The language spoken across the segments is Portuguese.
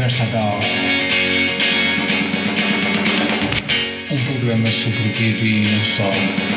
Conversa About, um programa sobre o Bibi e não só.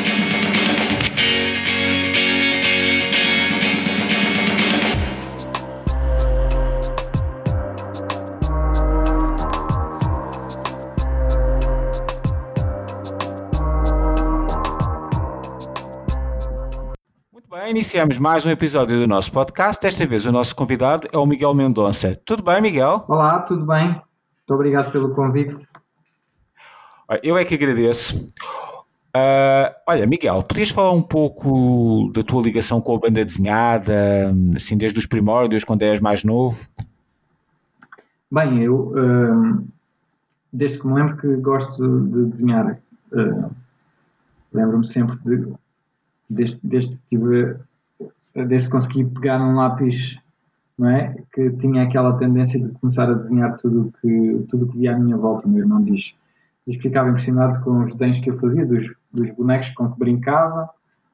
Muito bem, iniciamos mais um episódio do nosso podcast. Desta vez o nosso convidado é o Miguel Mendonça. Tudo bem, Miguel? Olá, tudo bem? Muito obrigado pelo convite. Eu é que agradeço. Olha, Miguel, podias falar um pouco da tua ligação com a banda desenhada, assim, desde os primórdios, quando eras mais novo? Bem, eu desde que me lembro que gosto de desenhar. Lembro-me sempre desde que consegui pegar num lápis, não é? Que tinha aquela tendência de começar a desenhar tudo que via à minha volta. O meu irmão diz que ficava impressionado com os desenhos que eu fazia, dos bonecos com que brincava.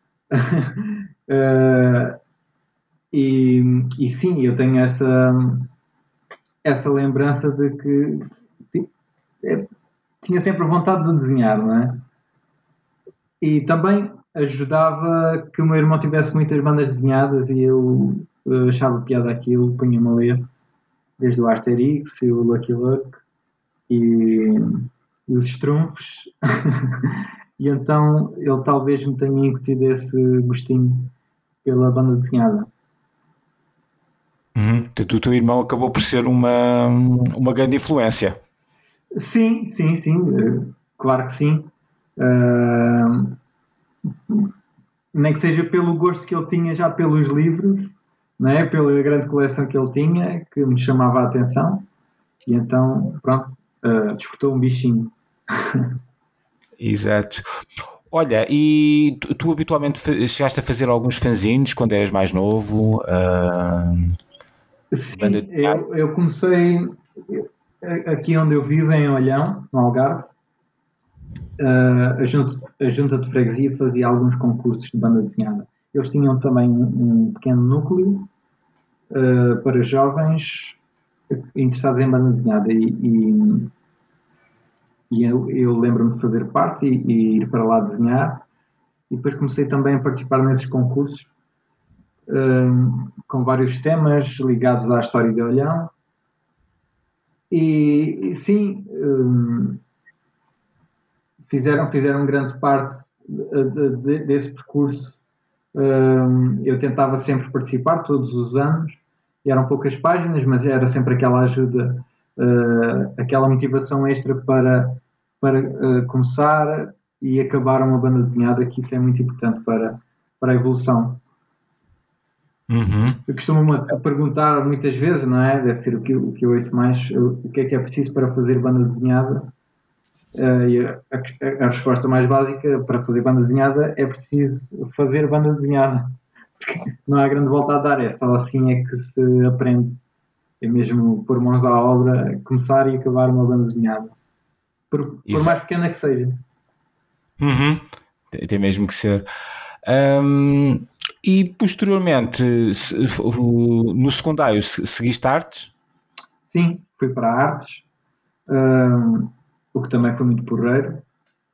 E sim, eu tenho essa lembrança de que tinha sempre vontade de desenhar, não é? E também ajudava que o meu irmão tivesse muitas bandas desenhadas e eu achava piada aquilo, punha-me a ler, desde o Asterix e o Lucky Luke e os Strumps. E então ele talvez me tenha incutido esse gostinho pela banda desenhada. O teu irmão acabou por ser uma grande influência. Sim, claro que sim. Nem que seja pelo gosto que ele tinha já pelos livros, né? Pela grande coleção que ele tinha, que me chamava a atenção. E então, pronto, despertou um bichinho. Exato. Olha, e tu habitualmente chegaste a fazer alguns fanzines quando eras mais novo? Sim, eu comecei aqui onde eu vivo, em Olhão, no Algarve. A junta de freguesia fazia alguns concursos de banda desenhada. Eles tinham também um pequeno núcleo para jovens interessados em banda desenhada e eu lembro-me de fazer parte e ir para lá desenhar, e depois comecei também a participar nesses concursos com vários temas ligados à história de Olhão e sim, fizeram grande parte desse percurso. Eu tentava sempre participar todos os anos e eram poucas páginas, mas era sempre aquela ajuda, aquela motivação extra para começar e acabar uma banda desenhada, que isso é muito importante para a evolução. Eu costumo perguntar muitas vezes, não é? Deve ser o que eu ouço mais, o que é preciso para fazer banda desenhada. E a resposta mais básica para fazer banda desenhada é preciso fazer banda desenhada. Porque não há grande volta a dar, é só assim é que se aprende. É mesmo pôr mãos à obra, começar e acabar uma banda desenhada. Por mais pequena que seja. Tem mesmo que ser. E posteriormente, no secundário, seguiste artes? Sim, fui para artes, o que também foi muito porreiro.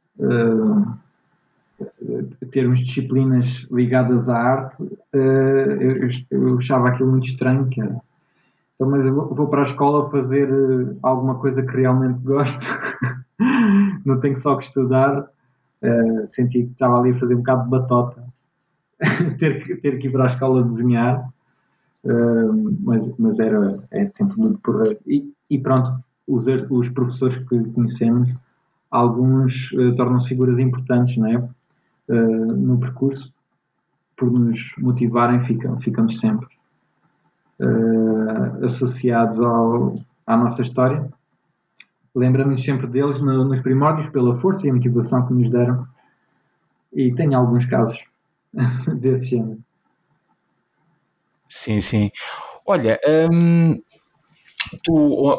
Termos disciplinas ligadas à arte, eu achava aquilo muito estranho, que era. Então, mas eu vou para a escola fazer alguma coisa que realmente gosto, não tenho só que estudar. Senti que estava ali a fazer um bocado de batota, ter que ir para a escola desenhar, mas é sempre muito porreiro. E pronto, os professores que conhecemos, alguns tornam-se figuras importantes, não é? No percurso, por nos motivarem, ficamos sempre associados à nossa história. Lembramos-nos sempre deles nos primórdios, pela força e a motivação que nos deram, e tenho alguns casos desse género. Sim. Olha, tu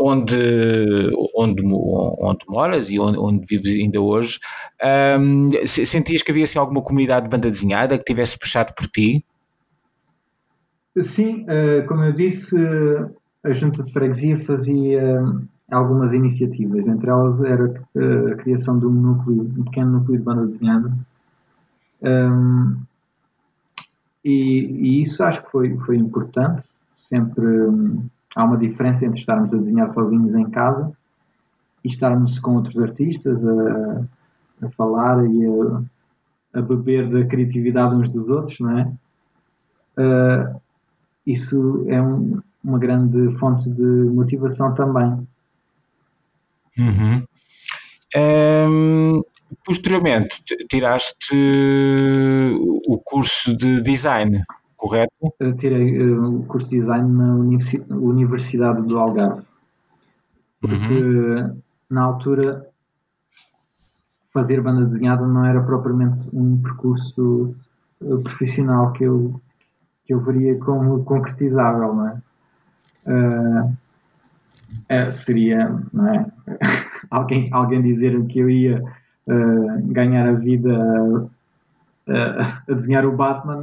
onde moras e onde vives ainda hoje, sentias que havia assim, alguma comunidade de banda desenhada que tivesse puxado por ti? Sim, como eu disse, a junta de freguesia fazia algumas iniciativas, entre elas era a criação de um pequeno núcleo de banda desenhada. E isso acho que foi importante. Sempre há uma diferença entre estarmos a desenhar sozinhos em casa e estarmos com outros artistas a falar e a beber da criatividade uns dos outros, não é? Isso é uma grande fonte de motivação também. Uhum. Posteriormente, tiraste o curso de design, correto? Eu tirei o curso de design na Universidade do Algarve, porque na altura fazer banda desenhada não era propriamente um percurso profissional que eu veria como concretizável, não é? Seria, não é? alguém dizer que eu ia ganhar a vida a desenhar o Batman.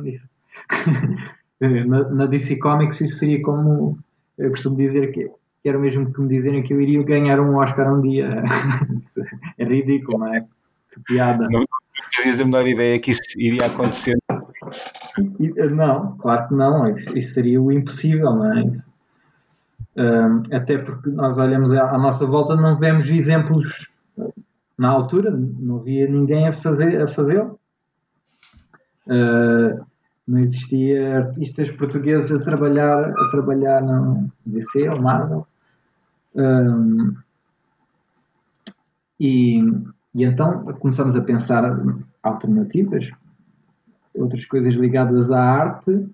Na DC Comics isso seria como eu costumo dizer que era o mesmo que me dizerem que eu iria ganhar um Oscar um dia. É ridículo, não é? Que piada. Não fazias a menor ideia que isso iria acontecer. Não, claro que não. Isso seria o impossível, não é? Até porque nós olhamos à nossa volta, não vemos exemplos na altura, não havia ninguém a fazê-lo. Não existia artistas portugueses a trabalhar no DC ou Marvel. E então começamos a pensar alternativas, outras coisas ligadas à arte,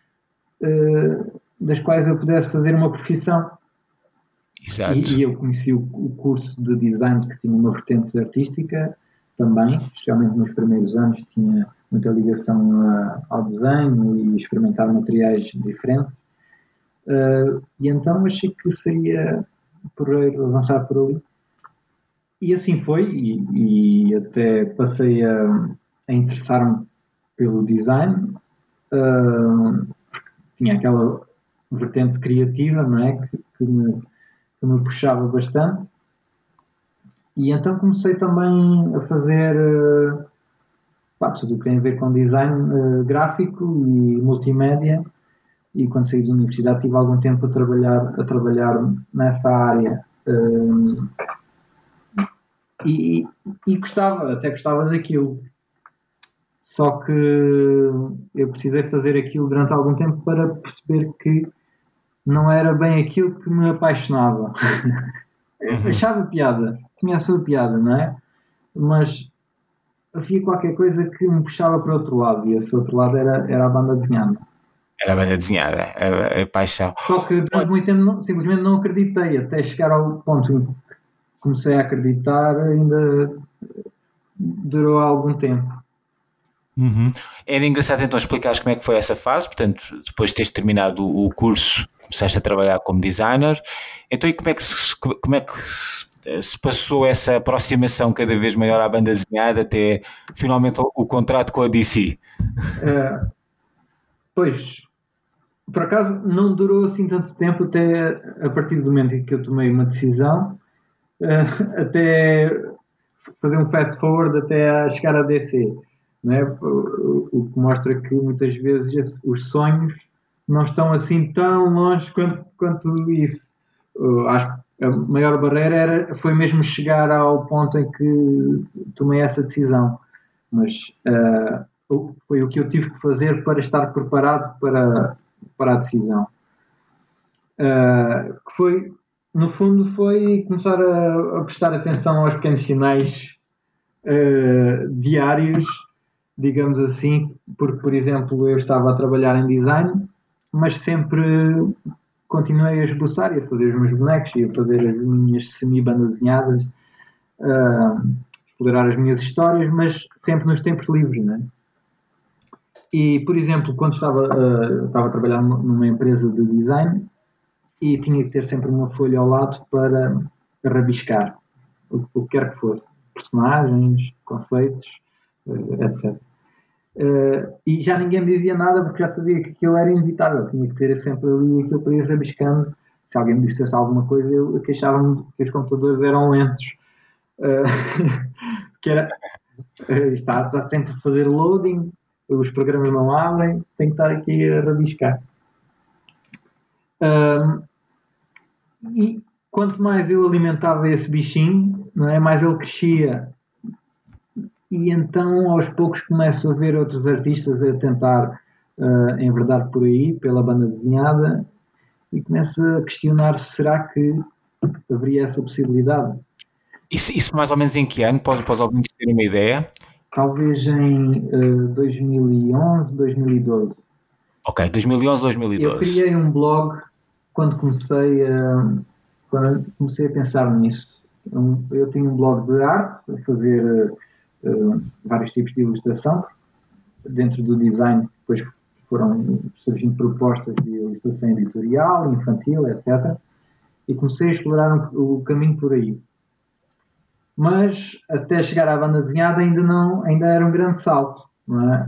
das quais eu pudesse fazer uma profissão. Exato. E eu conheci o curso de design que tinha uma vertente artística também, especialmente nos primeiros anos, tinha muita ligação ao desenho e experimentar materiais diferentes. E então achei que seria porreiro avançar por ali. E assim foi, e até passei a interessar-me pelo design. Tinha aquela vertente criativa, não é? Que me puxava bastante. E então comecei também a fazer tudo o que tem a ver com design gráfico e multimédia. E quando saí da universidade tive algum tempo a trabalhar nessa área. E até gostava daquilo. Só que eu precisei fazer aquilo durante algum tempo para perceber que não era bem aquilo que me apaixonava. Achava piada, tinha a sua piada, não é? Mas havia qualquer coisa que me puxava para outro lado, e esse outro lado era a banda desenhada. Era a banda desenhada, a paixão. Só que durante muito tempo simplesmente não acreditei, até chegar ao ponto em que comecei a acreditar, ainda durou algum tempo. Uhum. Era engraçado então explicares como é que foi essa fase, portanto, depois de teres terminado o curso, começaste a trabalhar como designer, então e como é que se passou essa aproximação cada vez maior à banda desenhada até finalmente o contrato com a DC? Pois, por acaso não durou assim tanto tempo até a partir do momento em que eu tomei uma decisão, até fazer um fast forward até a chegar a DC, né? O que mostra que muitas vezes os sonhos não estão assim tão longe quanto isso. Acho que a maior barreira foi mesmo chegar ao ponto em que tomei essa decisão, mas foi o que eu tive que fazer para estar preparado para a decisão. Que foi, no fundo, foi começar a prestar atenção aos pequenos sinais diários, digamos assim, porque, por exemplo, eu estava a trabalhar em design, mas sempre continuei a esboçar e a fazer os meus bonecos e a fazer as minhas semi-bandas desenhadas, explorar as minhas histórias, mas sempre nos tempos livres, né? E, por exemplo, quando estava a trabalhar numa empresa de design e tinha que ter sempre uma folha ao lado para rabiscar o que quer que fosse, personagens, conceitos, etc. E já ninguém me dizia nada porque já sabia que aquilo era inevitável, tinha que ter sempre ali aquilo para ir rabiscando se alguém me dissesse alguma coisa, eu queixava-me que os computadores eram lentos. Que era, está sempre a fazer loading, os programas não abrem, tenho que estar aqui a rabiscar. E quanto mais eu alimentava esse bichinho, não é, mais ele crescia. E então, aos poucos, começo a ver outros artistas a tentar enverdar por aí, pela banda desenhada, e começo a questionar se será que haveria essa possibilidade. Isso mais ou menos em que ano? Para os ouvintes terem uma ideia. Talvez em 2011, 2012. Ok, 2011, Eu 2012. criei um blog quando comecei a pensar nisso. Eu tinha um blog de arte, a fazer vários tipos de ilustração. Dentro do design, depois foram surgindo propostas de ilustração editorial, infantil, etc. E comecei a explorar o caminho por aí. Mas até chegar à banda desenhada ainda era um grande salto, não é?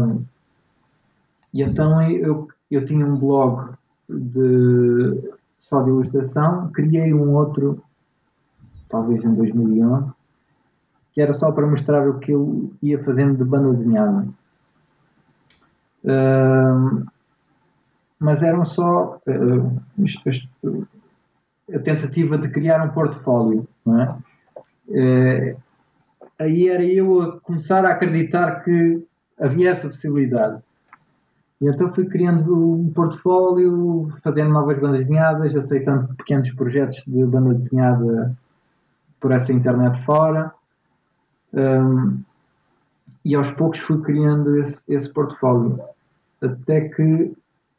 E então eu tinha um blog só de ilustração, criei um outro, talvez em 2011, que era só para mostrar o que eu ia fazendo de banda desenhada. Mas eram só a tentativa de criar um portfólio, não é? Aí era eu a começar a acreditar que havia essa possibilidade. E então fui criando um portfólio, fazendo novas bandas desenhadas, aceitando pequenos projetos de banda desenhada por essa internet fora. E aos poucos fui criando esse portfólio. Até que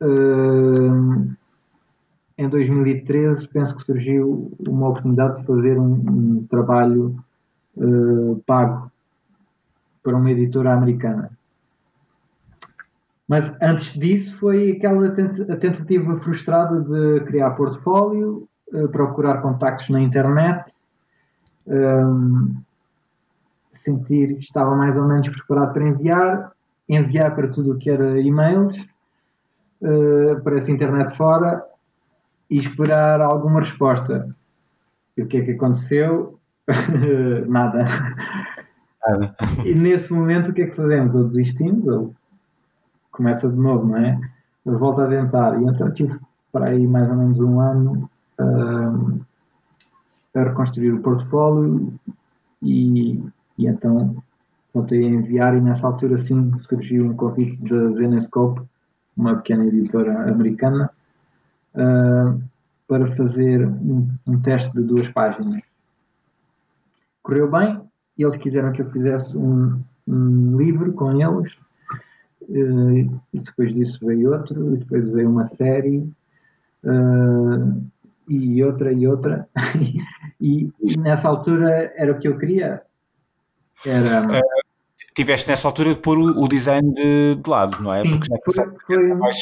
em 2013 penso que surgiu uma oportunidade de fazer um trabalho pago para uma editora americana. Mas antes disso foi aquela tentativa frustrada de criar portfólio, procurar contactos na internet, sentir que estava mais ou menos preparado para enviar para tudo o que era e-mails, para essa internet fora e esperar alguma resposta. E o que é que aconteceu? Nada. E nesse momento o que é que fazemos? Ou desistimos ou começa de novo, não é? Eu volto a tentar. E então tive para aí mais ou menos um ano a reconstruir o portfólio e então voltei a enviar e nessa altura sim surgiu um convite da Zenescope, uma pequena editora americana, para fazer um teste de 2 páginas. Correu bem, e eles quiseram que eu fizesse um livro com eles, e depois disso veio outro, e depois veio uma série, e outra, e nessa altura era o que eu queria. Era... Tiveste nessa altura de pôr o design de lado, não é? Sim, porque mais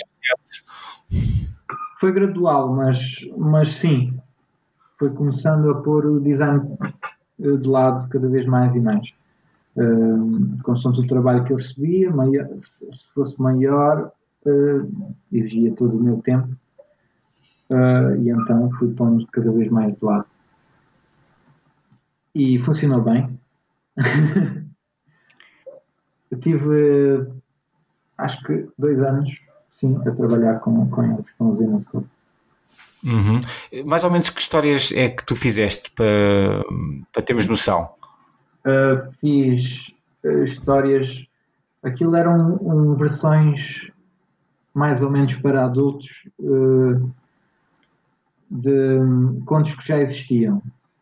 foi gradual, mas sim, foi começando a pôr o design de lado cada vez mais e mais. Consoante o trabalho que eu recebia, se fosse maior, exigia todo o meu tempo, e então fui pondo cada vez mais de lado. E funcionou bem. Eu tive, acho que 2 anos, sim, a trabalhar com eles, com os Zenescope. Uhum. Mais ou menos que histórias é que tu fizeste para termos noção? Fiz histórias, aquilo eram versões mais ou menos para adultos de contos que já existiam.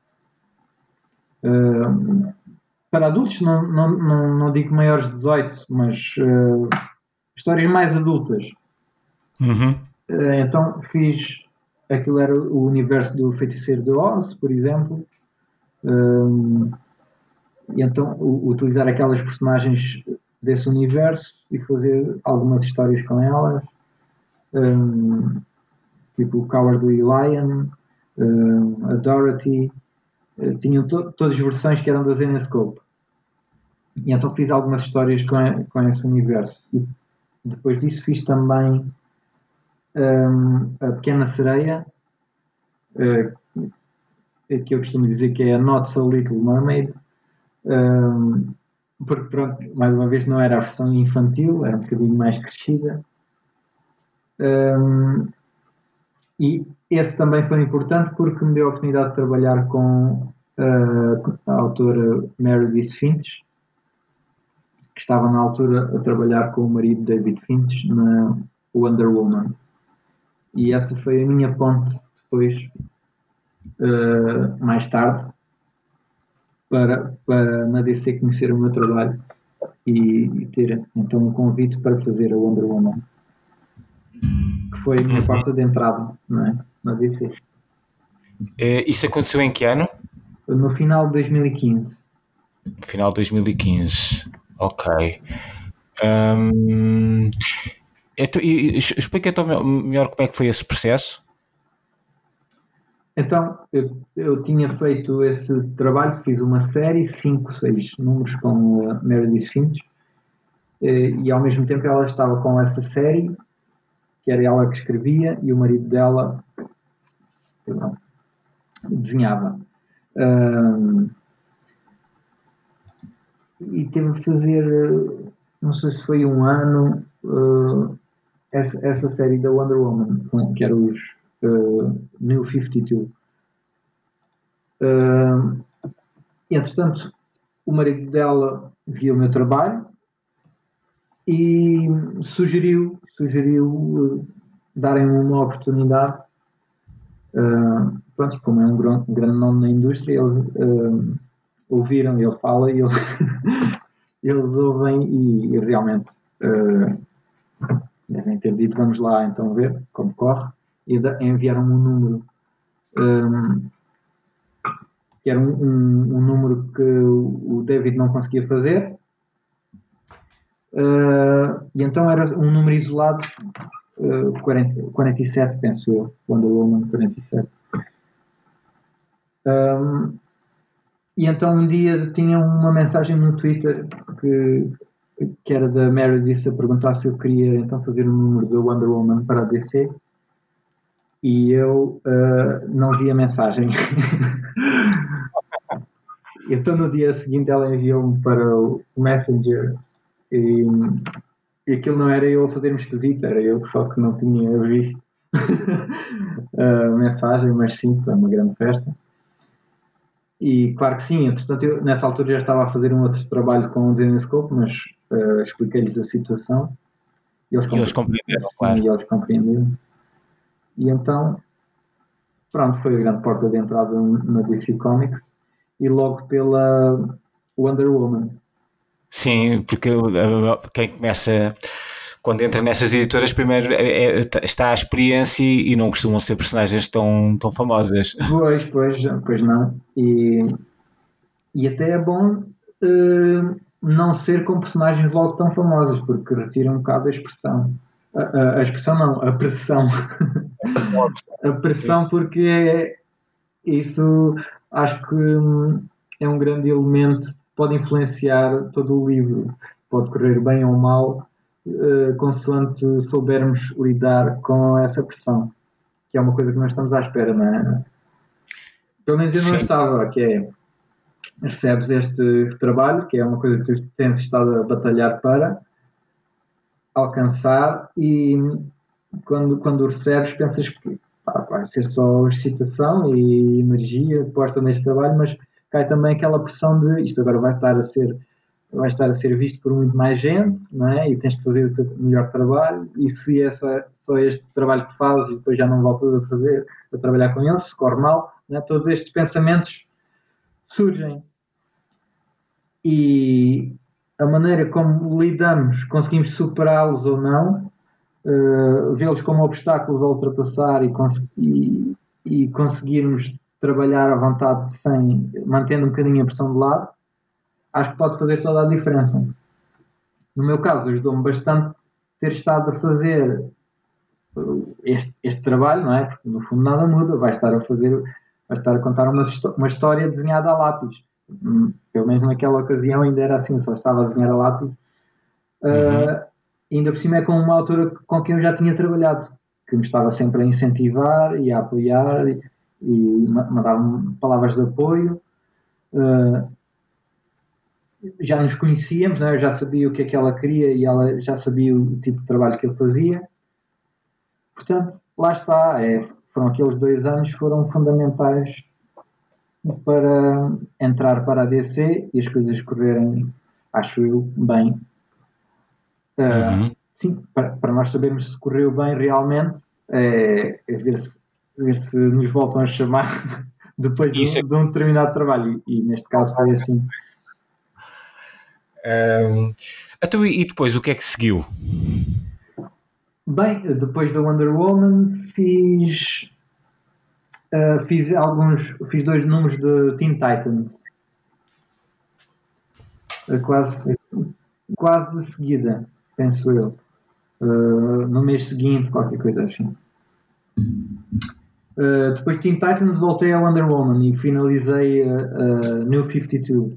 Para adultos não digo maiores de 18, mas histórias mais adultas. Uhum. Então fiz, aquilo era o universo do Feiticeiro de Oz, por exemplo, e então utilizar aquelas personagens desse universo e fazer algumas histórias com elas, tipo o Cowardly Lion, a Dorothy, tinham todas as versões que eram da Zenescope. E então fiz algumas histórias com esse universo. E depois disso fiz também a Pequena Sereia, que eu costumo dizer que é a Not So Little Mermaid, porque pronto, mais uma vez não era a versão infantil, era um bocadinho mais crescida. E esse também foi importante porque me deu a oportunidade de trabalhar com a autora Meredith Finch, que estava na altura a trabalhar com o marido David Finch na Wonder Woman. E essa foi a minha ponte depois, mais tarde, para na DC conhecer o meu trabalho e ter então um convite para fazer a Wonder Woman, que foi a minha porta de entrada, não é? Na DC. Isso aconteceu em que ano? No final de 2015. No final de 2015. Ok. Então, explica então melhor como é que foi esse processo. Então, eu tinha feito esse trabalho, fiz uma série, 5, 6 números com a Meredith Finch, e ao mesmo tempo ela estava com essa série, que era ela que escrevia, e o marido dela desenhava. E teve de fazer, não sei se foi um ano, essa série da Wonder Woman, que era os New 52. E, entretanto, o marido dela viu o meu trabalho e sugeriu darem uma oportunidade. Pronto, como é um grande nome na indústria, eles ouviram, ele fala e eles, eles ouvem e realmente devem ter dito, vamos lá então ver como corre, e enviaram-me um número que era um número que o David não conseguia fazer, e então era um número isolado, 47, penso eu, Wonder Woman 47. E então um dia tinha uma mensagem no Twitter que era da Meredith a perguntar se eu queria então fazer um número da Wonder Woman para a DC, e eu não vi a mensagem. Então no dia seguinte ela enviou-me para o Messenger e aquilo não era eu a fazer-me esquisito, era eu só que não tinha visto a mensagem, mas sim, foi uma grande festa. E claro que sim, entretanto eu nessa altura já estava a fazer um outro trabalho com o Zenescope, mas expliquei-lhes a situação e eles compreenderam, sim, claro. e eles compreenderam. E então, pronto, foi a grande porta de entrada na DC Comics e logo pela Wonder Woman. Sim, porque quem começa, quando entra nessas editoras, primeiro está a experiência e não costumam ser personagens tão famosas. Pois não. E até é bom não ser com personagens logo tão famosas, porque retira um bocado a expressão. A expressão não, a pressão. A pressão, porque isso acho que é um grande elemento, pode influenciar todo o livro, pode correr bem ou mal, consoante soubermos lidar com essa pressão, que é uma coisa que nós estamos à espera, não é? Pelo menos eu não Sim. estava, que é, recebes este trabalho, que é uma coisa que tu tens estado a batalhar para alcançar, e quando o recebes pensas que vai ser só excitação e energia posta neste trabalho, mas cai também aquela pressão de isto agora vai estar a ser visto por muito mais gente, não é? E tens que fazer o teu melhor trabalho, e se é só este trabalho que fazes e depois já não voltas a trabalhar com eles, se corre mal, não é? Todos estes pensamentos surgem. E a maneira como lidamos, conseguimos superá-los ou não, vê-los como obstáculos a ultrapassar e conseguirmos trabalhar à vontade sem mantendo um bocadinho a pressão de lado, acho que pode fazer toda a diferença. No meu caso, ajudou-me bastante ter estado a fazer este trabalho, não é? Porque no fundo nada muda, vai estar a contar uma história desenhada a lápis. Pelo menos naquela ocasião ainda era assim, só estava a desenhar a lápis. Ainda por cima é com uma autora com quem eu já tinha trabalhado, que me estava sempre a incentivar e a apoiar, e mandava-me palavras de apoio. Já nos conhecíamos, né? Eu já sabia o que é que ela queria e ela já sabia o tipo de trabalho que eu fazia. Portanto, lá está. Foram aqueles 2 anos que foram fundamentais para entrar para a DC e as coisas correrem, acho eu, bem. Uhum. Sim, para nós sabermos se correu bem realmente, é ver se nos voltam a chamar depois de Isso um, de um determinado trabalho. E neste caso foi assim. Então, e depois, o que é que seguiu? Bem, depois da Wonder Woman fiz 2 números de Teen Titans. Quase, quase de seguida, penso eu. No mês seguinte, qualquer coisa assim. Depois de Teen Titans voltei a Wonder Woman e finalizei a New 52.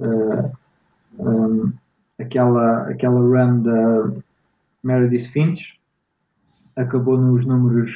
Aquela run da Meredith Finch acabou nos números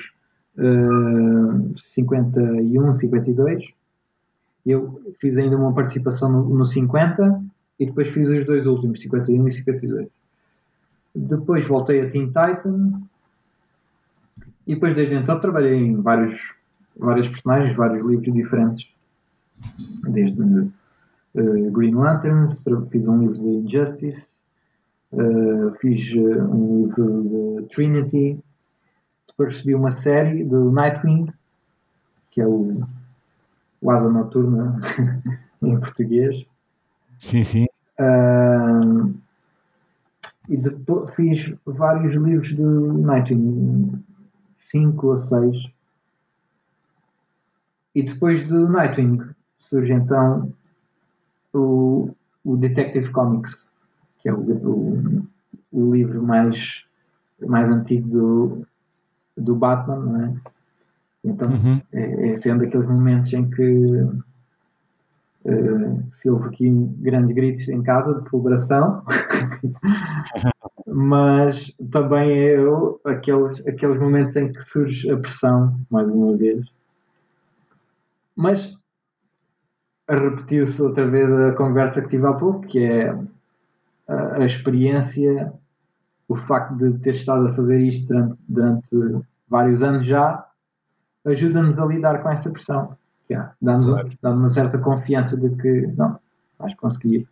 51, 52. Eu fiz ainda uma participação no 50 e depois fiz os 2 últimos, 51 e 52. Depois voltei a Teen Titans e depois desde então trabalhei em vários personagens, vários livros diferentes. Desde Green Lanterns, fiz um livro de Injustice, fiz um livro de Trinity, depois recebi uma série do Nightwing, que é o Asa Noturna em português. Sim, sim. E depois fiz vários livros do Nightwing, 5 ou 6. E depois do Nightwing surge então o Detective Comics, que é o livro mais antigo do Batman, não é? Então, sendo aqueles momentos em que se houve aqui grandes gritos em casa de celebração, mas também aqueles momentos em que surge a pressão, mais uma vez. Mas repetiu-se outra vez a conversa que tive há pouco, que é a experiência, o facto de ter estado a fazer isto durante vários anos já, ajuda-nos a lidar com essa pressão. Dá-nos uma certa confiança de que, não, vais conseguir.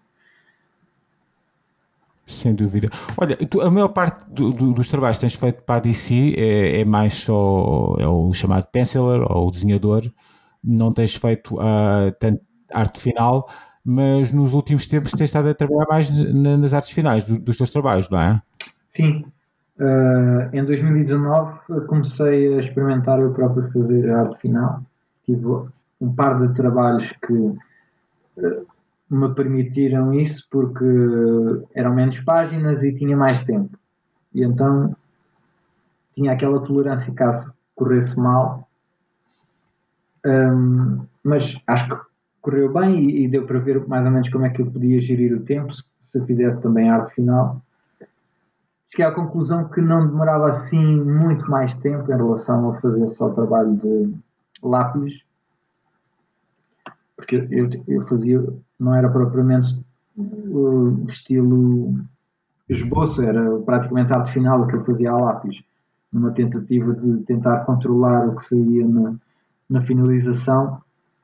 Sem dúvida. Olha, a maior parte dos trabalhos que tens feito para a DC é mais só o chamado penciler ou o desenhador. Não tens feito tanto arte final, mas nos últimos tempos tens estado a trabalhar mais nas artes finais dos teus trabalhos, não é? Sim. Em 2019 comecei a experimentar eu próprio fazer a arte final. Tive um par de trabalhos que me permitiram isso porque eram menos páginas e tinha mais tempo. E então tinha aquela tolerância caso corresse mal. Mas acho que correu bem e deu para ver mais ou menos como é que eu podia gerir o tempo se eu fizesse também a arte final. Cheguei à conclusão que não demorava assim muito mais tempo em relação a fazer só trabalho de lápis, porque eu fazia, não era propriamente o estilo esboço, era praticamente a arte final que eu fazia a lápis, numa tentativa de tentar controlar o que saía na finalização.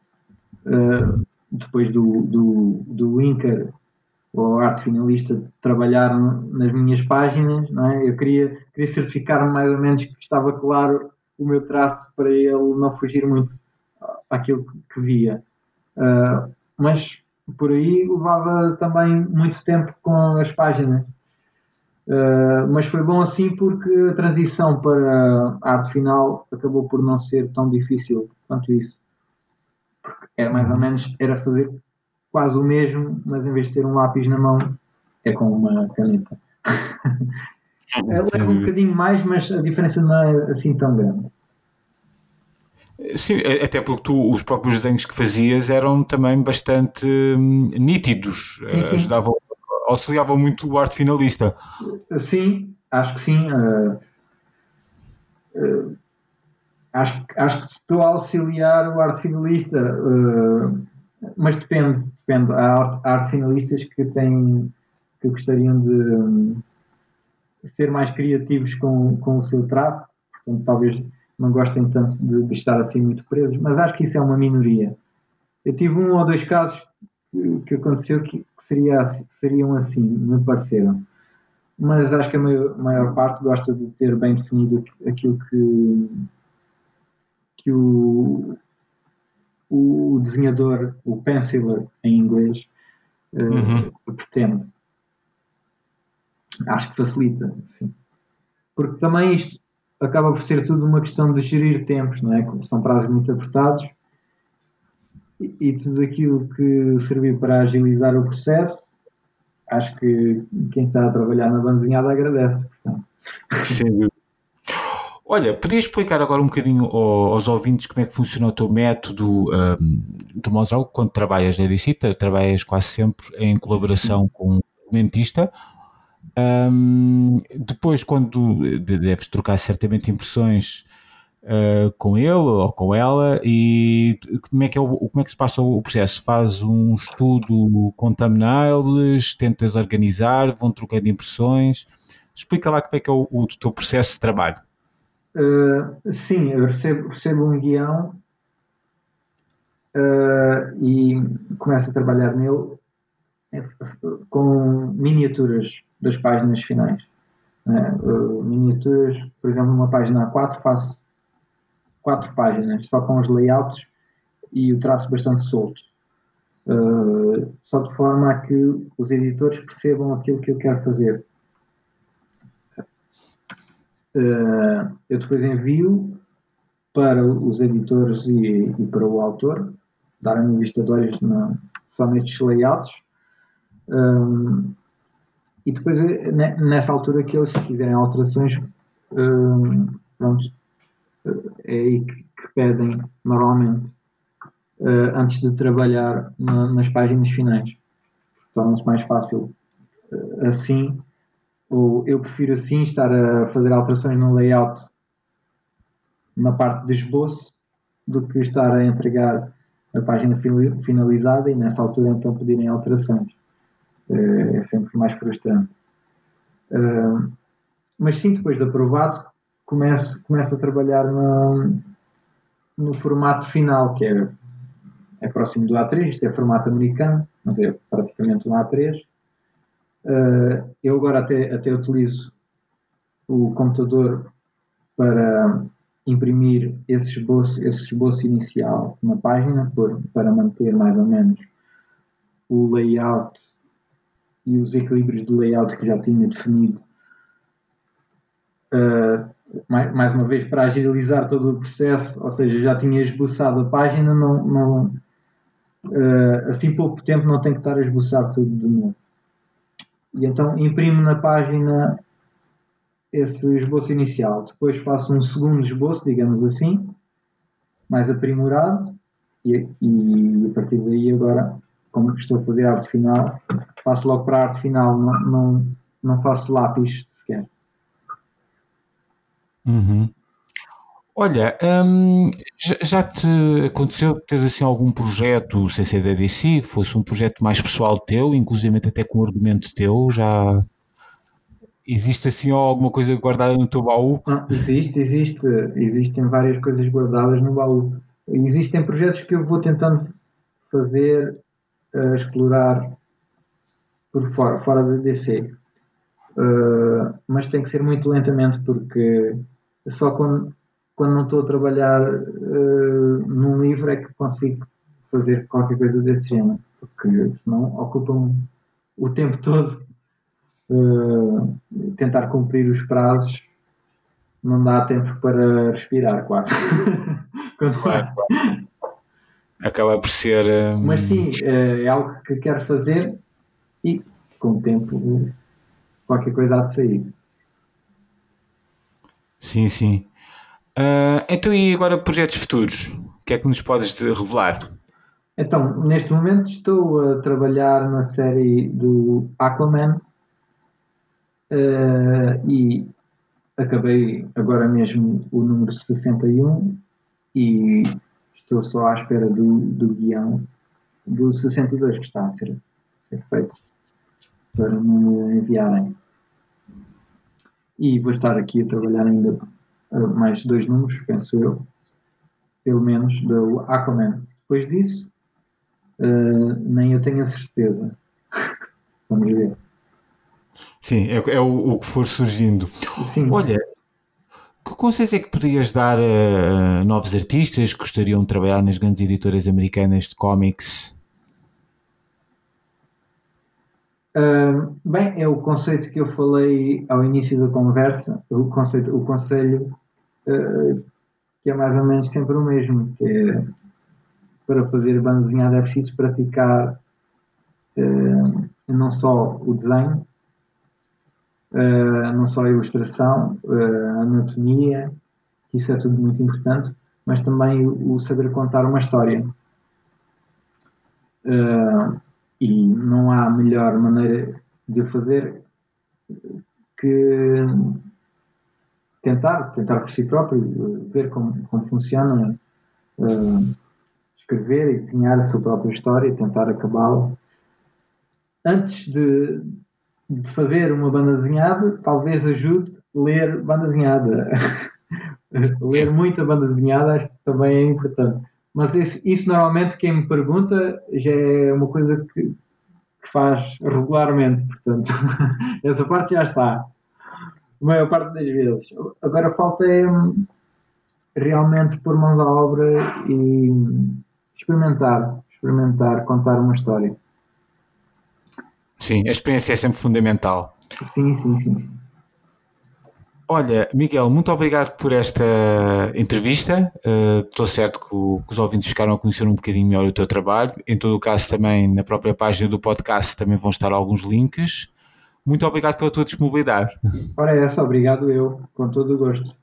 Depois do Inker ou arte finalista trabalhar nas minhas páginas, não é? Eu queria certificar-me mais ou menos que estava claro o meu traço para ele não fugir muito àquilo que via. Mas por aí levava também muito tempo com as páginas. Mas foi bom assim porque a transição para a arte final acabou por não ser tão difícil quanto isso. Era mais ou menos, era fazer quase o mesmo, mas em vez de ter um lápis na mão, é com uma caneta. Leva um bocadinho mais, mas a diferença não é assim tão grande. Sim, até porque os próprios desenhos que fazias eram também bastante nítidos, Sim. ajudavam, auxiliavam muito o arte finalista. Sim, acho que sim. acho que estou a auxiliar o arte finalista, mas depende. Há arte finalistas que gostariam de ser mais criativos com o seu traço, portanto, talvez não gostem tanto de estar assim muito presos, mas acho que isso é uma minoria. Eu tive um ou dois casos que aconteceu que seriam assim, me pareceram. Mas acho que a maior parte gosta de ter bem definido aquilo que o desenhador, o penciler em inglês, pretende. Acho que facilita. Sim. Porque também isto acaba por ser tudo uma questão de gerir tempos, não é? Como são prazos muito apertados e tudo aquilo que servir para agilizar o processo, acho que quem está a trabalhar na bandezinhada agradece. Portanto. Sim. Olha, podias explicar agora um bocadinho aos ouvintes como é que funciona o teu método de Mozart quando trabalhas na DC? Trabalhas quase sempre em colaboração com um documentista. Depois, quando deves trocar certamente impressões com ele ou com ela, e como é que se passa o processo? Faz um estudo com thumbnails, tentas organizar, vão trocando impressões. Explica lá como é que é o teu processo de trabalho. Sim, eu recebo um guião e começo a trabalhar nele com miniaturas das páginas finais. Miniaturas, por exemplo, numa página A4 faço 4 páginas, só com os layouts e o traço bastante solto. Só de forma a que os editores percebam aquilo que eu quero fazer. Eu depois envio para os editores e para o autor darem-me vista de olhos só nestes layouts. E depois, nessa altura que eles, se quiserem alterações, pronto, é aí que pedem normalmente, antes de trabalhar nas páginas finais. Torna-se mais fácil assim, ou eu prefiro assim estar a fazer alterações no layout na parte de esboço do que estar a entregar a página finalizada e nessa altura então pedirem alterações. É sempre mais frustrante. Mas sim, depois de aprovado, começo a trabalhar no formato final, que é próximo do A3, isto é formato americano, mas é praticamente um A3. Eu agora até utilizo o computador para imprimir esse esboço inicial na página, para manter mais ou menos o layout e os equilíbrios do layout que já tinha definido. Mais uma vez, para agilizar todo o processo, ou seja, já tinha esboçado a página, assim pouco tempo não tem que estar a esboçar tudo de novo. E então imprimo na página esse esboço inicial. Depois faço um segundo esboço, digamos assim, mais aprimorado, e a partir daí agora, como estou a fazer a arte final, passo logo para a arte final, não faço lápis sequer. Uhum. Olha, já te aconteceu que tens assim algum projeto sem ser da DC, que fosse um projeto mais pessoal teu, inclusive até com um argumento teu, já existe assim alguma coisa guardada no teu baú? Existem várias coisas guardadas no baú. Existem projetos que eu vou tentando fazer, explorar por fora da DC. Mas tem que ser muito lentamente porque só quando não estou a trabalhar num livro é que consigo fazer qualquer coisa desse género, porque senão ocupa-me o tempo todo tentar cumprir os prazos, não dá tempo para respirar quase. Claro. Acaba por ser. Mas sim, é algo que quero fazer e com o tempo qualquer coisa há de sair. Sim, sim. Então, e agora projetos futuros? O que é que nos podes revelar? Então, neste momento estou a trabalhar na série do Aquaman e acabei agora mesmo o número 61 e estou só à espera do guião do 62 que está a ser feito para me enviarem. E vou estar aqui a trabalhar ainda mais 2 números, penso eu, pelo menos, do Aquaman. Depois disso, nem eu tenho a certeza. Vamos ver. Sim, é o que for surgindo. Sim. Olha, que conselhos é que poderias dar a novos artistas que gostariam de trabalhar nas grandes editoras americanas de cómics? Bem, é o conceito que eu falei ao início da conversa, o conselho que é mais ou menos sempre o mesmo, que é para fazer banda desenhada é preciso praticar não só o desenho, não só a ilustração, a anatomia, isso é tudo muito importante, mas também o saber contar uma história. E não há melhor maneira de o fazer que tentar por si próprio, ver como funciona, escrever e desenhar a sua própria história e tentar acabá-la. Antes de fazer uma banda desenhada, talvez ajude ler banda desenhada. Ler muita banda desenhada acho que também é importante. Mas isso normalmente quem me pergunta já é uma coisa que faz regularmente, portanto, essa parte já está, a maior parte das vezes. Agora falta é realmente pôr mãos à obra e experimentar contar uma história. Sim, a experiência é sempre fundamental. Sim. Olha, Miguel, muito obrigado por esta entrevista. Estou certo que os ouvintes ficaram a conhecer um bocadinho melhor o teu trabalho. Em todo o caso, também na própria página do podcast também vão estar alguns links. Muito obrigado pela tua disponibilidade. Ora, essa, obrigado eu, com todo o gosto.